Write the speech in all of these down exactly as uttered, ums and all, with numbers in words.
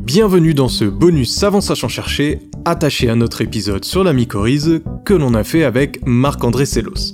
Bienvenue dans ce bonus Savant Sachant Chercher, attaché à notre épisode sur la mycorhize que l'on a fait avec Marc-André Sellos.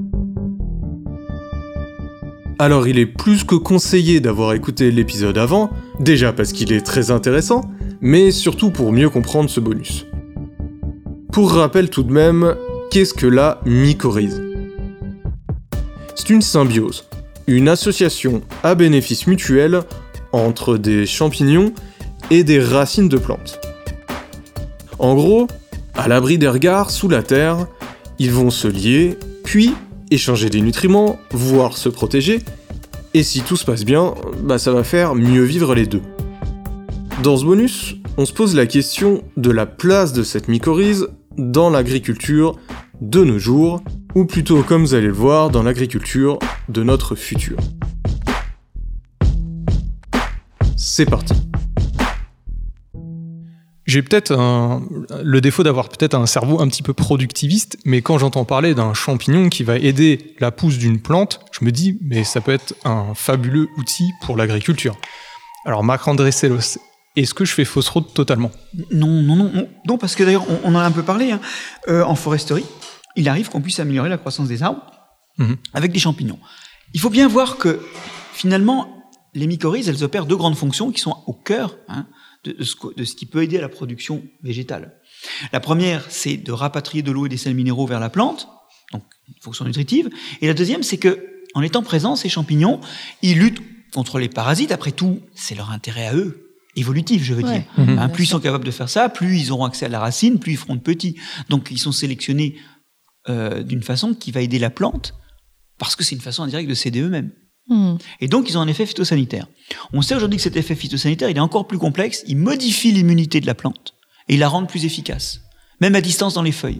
Alors il est plus que conseillé d'avoir écouté l'épisode avant, déjà parce qu'il est très intéressant, mais surtout pour mieux comprendre ce bonus. Pour rappel tout de même, qu'est-ce que la mycorhize ? C'est une symbiose, une association à bénéfice mutuel entre des champignons et des racines de plantes. En gros, à l'abri des regards sous la terre, ils vont se lier, puis échanger des nutriments, voire se protéger, et si tout se passe bien, bah ça va faire mieux vivre les deux. Dans ce bonus, on se pose la question de la place de cette mycorhize dans l'agriculture de nos jours, ou plutôt comme vous allez le voir, dans l'agriculture de notre futur. C'est parti. J'ai peut-être un, le défaut d'avoir peut-être un cerveau un petit peu productiviste, mais quand j'entends parler d'un champignon qui va aider la pousse d'une plante, je me dis, mais ça peut être un fabuleux outil pour l'agriculture. Alors Marc-André Sellos, est-ce que je fais fausse route totalement ? Non, non, non, non, non, parce que d'ailleurs, on, on en a un peu parlé, hein. euh, en foresterie, il arrive qu'on puisse améliorer la croissance des arbres mmh. avec des champignons. Il faut bien voir que, finalement, les mycorhizes, elles opèrent deux grandes fonctions qui sont au cœur, hein, De, de, ce, de ce qui peut aider à la production végétale. La première, c'est de rapatrier de l'eau et des sels minéraux vers la plante, donc une fonction nutritive. Et la deuxième, c'est que, en étant présents, ces champignons, ils luttent contre les parasites. Après tout, c'est leur intérêt à eux, évolutif, je veux ouais. dire. Mmh. Hein, plus ils sont capables de faire ça, plus ils auront accès à la racine, plus ils feront de petits. Donc, ils sont sélectionnés euh, d'une façon qui va aider la plante, parce que c'est une façon indirecte de s'aider eux-mêmes. Mmh. Et donc, ils ont un effet phytosanitaire. On sait aujourd'hui que cet effet phytosanitaire, il est encore plus complexe. Il modifie l'immunité de la plante et il la rend plus efficace, même à distance dans les feuilles.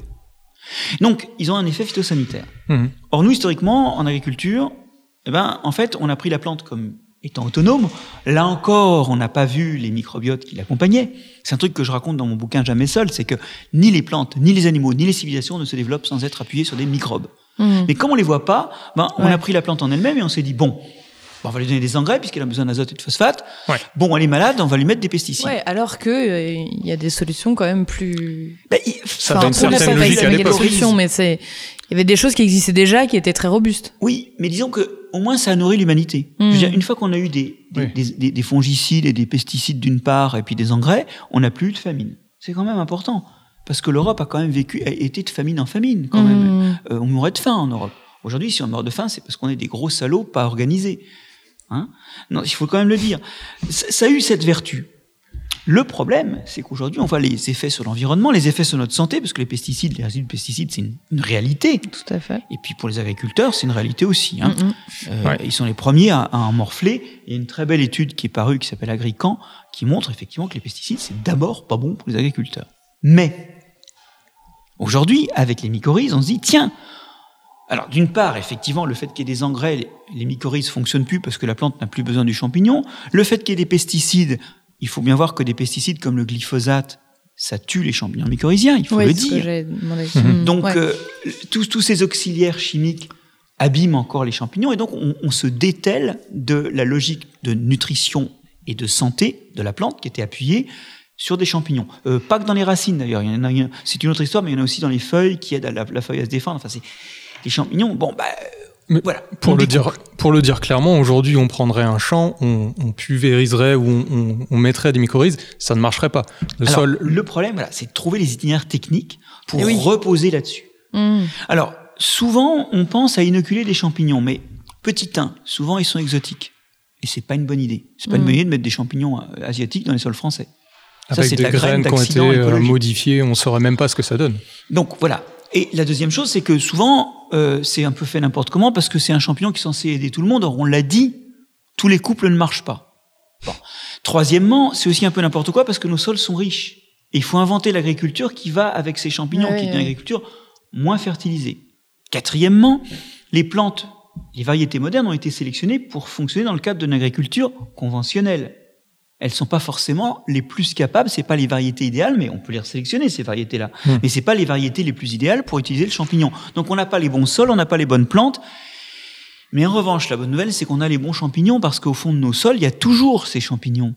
Donc, ils ont un effet phytosanitaire. Mmh. Or, nous, historiquement, en agriculture, eh ben, en fait, on a pris la plante comme étant autonome. Là encore, on n'a pas vu les microbiotes qui l'accompagnaient. C'est un truc que je raconte dans mon bouquin Jamais seul, c'est que ni les plantes, ni les animaux, ni les civilisations ne se développent sans être appuyés sur des microbes. Mmh. Mais comme on les voit pas, ben, on ouais. a pris la plante en elle-même et on s'est dit, bon, on va lui donner des engrais puisqu'elle a besoin d'azote et de phosphate. Ouais. Bon, elle est malade, on va lui mettre des pesticides. Ouais, alors que il euh, y a des solutions quand même plus. Ben, il... Ça enfin, avait une certaine logique à l'époque. Solutions, mais c'est, il y avait des choses qui existaient déjà qui étaient très robustes. Oui, mais disons que au moins ça a nourri l'humanité. Mmh. Je veux dire, une fois qu'on a eu des des, oui. des des des fongicides et des pesticides d'une part et puis des engrais, on n'a plus eu de famine. C'est quand même important parce que l'Europe a quand même vécu, a été de famine en famine quand mmh. même. Euh, on mourait de faim en Europe. Aujourd'hui, si on meurt de faim, c'est parce qu'on est des gros salauds pas organisés. Hein? Non, il faut quand même le dire. Ça, ça a eu cette vertu. Le problème, c'est qu'aujourd'hui, on voit les effets sur l'environnement, les effets sur notre santé, parce que les pesticides, les résidus de pesticides, c'est une, une réalité. Tout à fait. Et puis pour les agriculteurs, c'est une réalité aussi. Hein. Mm-hmm. Euh, ouais. Ils sont les premiers à, à en morfler. Il y a une très belle étude qui est parue, qui s'appelle Agrican, qui montre effectivement que les pesticides, c'est d'abord pas bon pour les agriculteurs. Mais aujourd'hui, avec les mycorhizes, on se dit, tiens, alors, d'une part, effectivement, le fait qu'il y ait des engrais, les, les mycorhizes fonctionnent plus parce que la plante n'a plus besoin du champignon. Le fait qu'il y ait des pesticides, il faut bien voir que des pesticides comme le glyphosate, ça tue les champignons mycorhiziens, il faut oui, le c'est dire. Ce que j'ai demandé. Mmh. Donc, ouais. euh, tous, tous ces auxiliaires chimiques abîment encore les champignons et donc on, on se détèle de la logique de nutrition et de santé de la plante qui était appuyée sur des champignons. Euh, pas que dans les racines d'ailleurs, il y en a, c'est une autre histoire, mais il y en a aussi dans les feuilles qui aident à la, la feuille à se défendre. Enfin, c'est les champignons, bon, bah, mais voilà. Pour le, dire, pour le dire clairement, aujourd'hui, on prendrait un champ, on, on pulvériserait ou on, on, on mettrait des mycorhizes, ça ne marcherait pas. Le, Alors, sol... le problème, voilà, c'est de trouver les itinéraires techniques pour oui. reposer là-dessus. Mmh. Alors, souvent, on pense à inoculer des champignons, mais petit un, souvent, ils sont exotiques. Et c'est pas une bonne idée. C'est pas mmh. une bonne idée de mettre des champignons asiatiques dans les sols français. Avec ça, c'est des de la graines qui ont été écologique. modifiées, on ne saurait même pas ce que ça donne. Donc, voilà. Et la deuxième chose, c'est que souvent, euh, c'est un peu fait n'importe comment parce que c'est un champignon qui est censé aider tout le monde. Or, on l'a dit, tous les couples ne marchent pas. Bon. Troisièmement, c'est aussi un peu n'importe quoi parce que nos sols sont riches. Et il faut inventer l'agriculture qui va avec ces champignons, oui, qui est une oui. agriculture moins fertilisée. Quatrièmement, les plantes, les variétés modernes ont été sélectionnées pour fonctionner dans le cadre d'une agriculture conventionnelle. Elles sont pas forcément les plus capables, c'est pas les variétés idéales, mais on peut les sélectionner, ces variétés-là. Mmh. Mais c'est pas les variétés les plus idéales pour utiliser le champignon. Donc on n'a pas les bons sols, on n'a pas les bonnes plantes. Mais en revanche, la bonne nouvelle, c'est qu'on a les bons champignons parce qu'au fond de nos sols, il y a toujours ces champignons.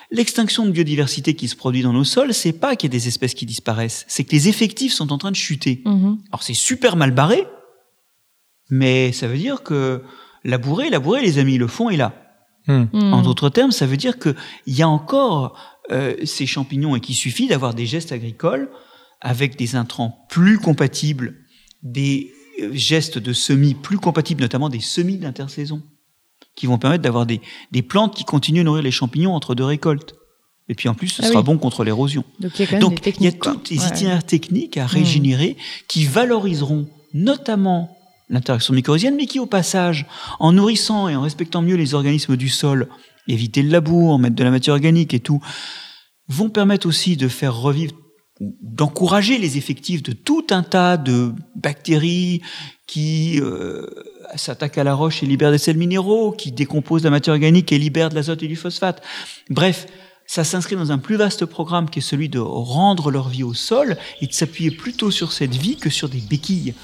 L'extinction de biodiversité qui se produit dans nos sols, c'est pas qu'il y a des espèces qui disparaissent, c'est que les effectifs sont en train de chuter. Mmh. Alors c'est super mal barré, mais ça veut dire que labourer, labourer, les amis, le fond est là. Mmh. En d'autres termes, ça veut dire qu'il y a encore euh, ces champignons et qu'il suffit d'avoir des gestes agricoles avec des intrants plus compatibles, des gestes de semis plus compatibles, notamment des semis d'intersaison, qui vont permettre d'avoir des, des plantes qui continuent à nourrir les champignons entre deux récoltes. Et puis en plus, ce ah sera oui. bon contre l'érosion. Donc il y a quand même Donc des techniques. il y a quoi. toutes les Ouais. itinéraires techniques à régénérer mmh. qui valoriseront notamment l'interaction mycorhizienne, mais qui au passage, en nourrissant et en respectant mieux les organismes du sol, éviter le labour, mettre de la matière organique et tout, vont permettre aussi de faire revivre, d'encourager les effectifs de tout un tas de bactéries qui euh, s'attaquent à la roche et libèrent des sels minéraux, qui décomposent la matière organique et libèrent de l'azote et du phosphate. Bref, ça s'inscrit dans un plus vaste programme qui est celui de rendre leur vie au sol et de s'appuyer plutôt sur cette vie que sur des béquilles.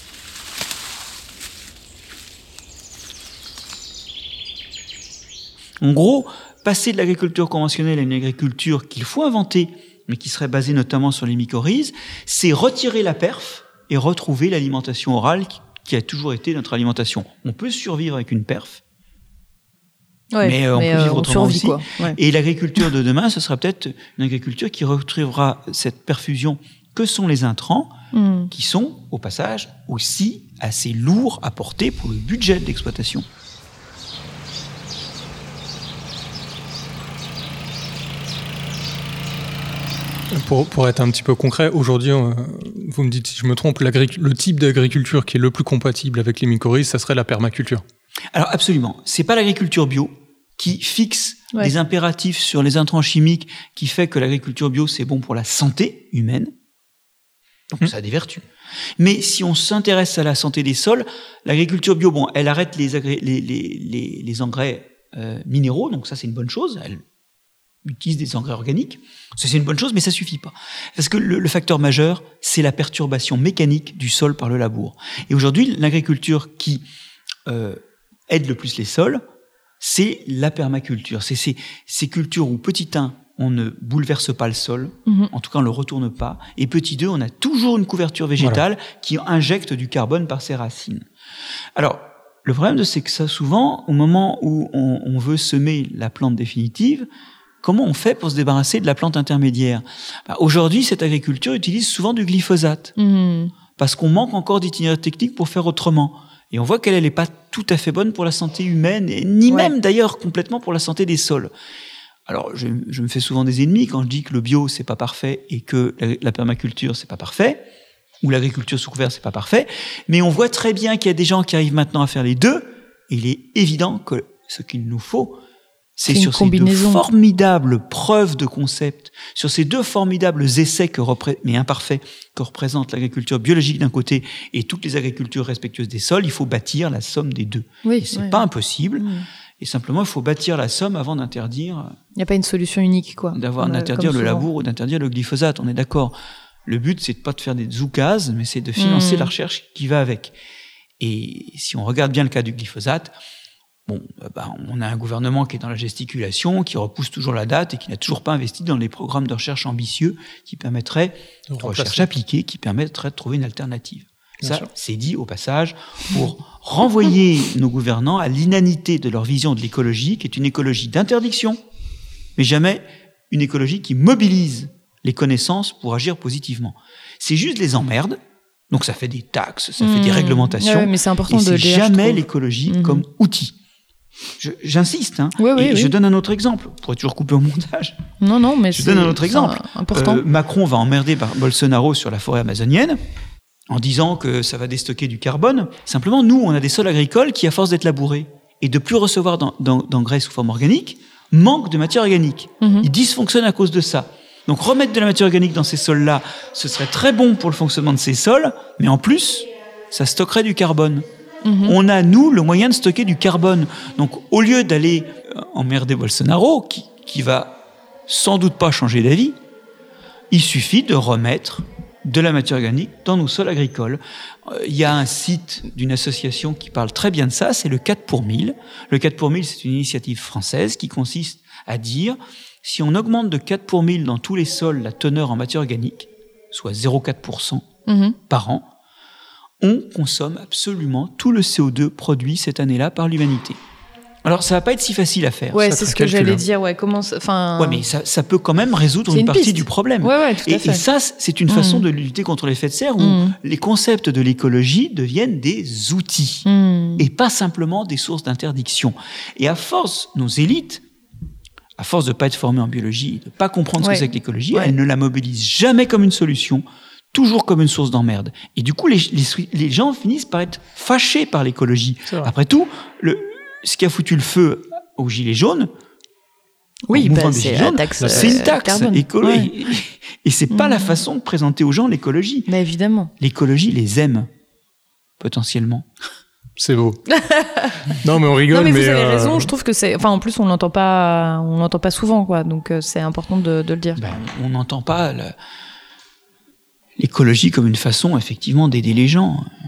En gros, passer de l'agriculture conventionnelle à une agriculture qu'il faut inventer, mais qui serait basée notamment sur les mycorhizes, c'est retirer la perf et retrouver l'alimentation orale qui a toujours été notre alimentation. On peut survivre avec une perf, Ouais, mais, euh, on mais peut vivre euh, on autrement survit, aussi. quoi. Ouais. Et l'agriculture de demain, ce sera peut-être une agriculture qui retrouvera cette perfusion que sont les intrants, Mmh. qui sont, au passage, aussi assez lourds à porter pour le budget de l'exploitation. Pour, pour être un petit peu concret, aujourd'hui, euh, vous me dites si je me trompe, le type d'agriculture qui est le plus compatible avec les mycorhizes, ça serait la permaculture. Alors absolument, c'est pas l'agriculture bio qui fixe Ouais. des impératifs sur les intrants chimiques qui fait que l'agriculture bio c'est bon pour la santé humaine. Donc Mmh. ça a des vertus. Mais si on s'intéresse à la santé des sols, l'agriculture bio, bon, elle arrête les, agré- les, les, les, les engrais euh, minéraux, donc ça c'est une bonne chose. Elle utilise des engrais organiques, ça c'est une bonne chose, mais ça suffit pas. Parce que le, le facteur majeur, c'est la perturbation mécanique du sol par le labour. Et aujourd'hui, l'agriculture qui euh, aide le plus les sols, c'est la permaculture. C'est ces, ces cultures où, petit un, on ne bouleverse pas le sol, Mmh. en tout cas on ne le retourne pas, et petit deux, on a toujours une couverture végétale voilà. qui injecte du carbone par ses racines. Alors, le problème, c'est que ça, souvent, au moment où on, on veut semer la plante définitive, comment on fait pour se débarrasser de la plante intermédiaire ? Bah, aujourd'hui, cette agriculture utilise souvent du glyphosate, Mmh. parce qu'on manque encore d'itinéraires techniques pour faire autrement. Et on voit qu'elle n'est pas tout à fait bonne pour la santé humaine, et ni Ouais. même d'ailleurs complètement pour la santé des sols. Alors, je, je me fais souvent des ennemis quand je dis que le bio, c'est pas parfait, et que la, la permaculture, c'est pas parfait, ou l'agriculture sous couvert, c'est pas parfait. Mais on voit très bien qu'il y a des gens qui arrivent maintenant à faire les deux, et il est évident que ce qu'il nous faut, c'est, C'est une sur ces deux combinaison. formidables preuves de concept, sur ces deux formidables essais que repré- mais imparfaits que représente l'agriculture biologique d'un côté et toutes les agricultures respectueuses des sols, il faut bâtir la somme des deux. Oui, Et c'est ouais. pas impossible. Mmh. Et simplement, il faut bâtir la somme avant d'interdire, Il n'y a pas une solution unique, quoi. d'avoir, Comme, euh, d'interdire comme le souvent. labour ou d'interdire le glyphosate. On est d'accord. Le but, c'est de pas de faire des zoukases, mais c'est de financer Mmh. la recherche qui va avec. Et si on regarde bien le cas du glyphosate, bon, euh, ben, on a un gouvernement qui est dans la gesticulation, qui repousse toujours la date et qui n'a toujours pas investi dans les programmes de recherche ambitieux qui permettraient, de recherche appliquée, qui permettraient de trouver une alternative. Bien Ça, sûr. c'est dit au passage pour renvoyer nos gouvernants à l'inanité de leur vision de l'écologie, qui est une écologie d'interdiction, mais jamais une écologie qui mobilise les connaissances pour agir positivement. C'est juste les emmerdes, donc ça fait des taxes, ça fait des Mmh. réglementations, Ouais, mais c'est important et de c'est le dire, je jamais trouve. l'écologie Mmh. comme outil. Je- j'insiste, hein, Oui, oui, et oui. je donne un autre exemple. On pourrait toujours couper au montage. Non, non, mais Je c'est donne un autre c'est exemple. important. Euh, Macron va emmerder par Bolsonaro sur la forêt amazonienne en disant que ça va déstocker du carbone. Simplement, nous, on a des sols agricoles qui, à force d'être labourés et de plus recevoir d'en- d'en- d'engrais sous forme organique, manquent de matière organique. Mhm. Ils dysfonctionnent à cause de ça. Donc remettre de la matière organique dans ces sols-là, ce serait très bon pour le fonctionnement de ces sols, mais en plus, ça stockerait du carbone. Mhm. On a, nous, le moyen de stocker du carbone. Donc, au lieu d'aller euh, emmerder Bolsonaro, qui, qui va sans doute pas changer d'avis, il suffit de remettre de la matière organique dans nos sols agricoles. Euh, Il y a un site d'une association qui parle très bien de ça, c'est le quatre pour mille. Le quatre pour mille, c'est une initiative française qui consiste à dire, si on augmente de quatre pour mille dans tous les sols la teneur en matière organique, soit zéro virgule quatre pour cent Mhm. par an, on consomme absolument tout le C O deux produit cette année-là par l'humanité. Alors, ça va pas être si facile à faire. Ouais, ça c'est te ce que calcule, j'allais hein. dire. Ouais, comment, ça- enfin. Ouais, mais ça, ça peut quand même résoudre C'est une, une partie piste. du problème. Ouais, ouais, tout à Et, fait. et ça, c'est une Mm. façon de lutter contre l'effet de serre où Mm. les concepts de l'écologie deviennent des outils Hmm. et pas simplement des sources d'interdiction. Et à force, nos élites, à force de pas être formées en biologie, de pas comprendre ce Ouais. que c'est que l'écologie, Ouais. elles ne la mobilisent jamais comme une solution, toujours comme une source d'emmerde. Et du coup, les, les, les gens finissent par être fâchés par l'écologie. C'est vrai. Après tout, le, ce qui a foutu le feu aux gilets jaunes, Oui, au mouvement bah, des c'est Gilets la jaunes, taxe, c'est une euh, taxe carbone. écolo. Ouais. Et, et c'est pas Mhm. la façon de présenter aux gens l'écologie. Mais évidemment. L'écologie les aime, potentiellement. C'est beau. Non, mais on rigole, Non, mais, mais. vous avez euh, raison. Je trouve que c'est. Enfin, en plus, on l'entend pas. On l'entend pas souvent, quoi. Donc, euh, c'est important de, de le dire. Ben, on n'entend pas le- l'écologie comme une façon, effectivement, d'aider les gens.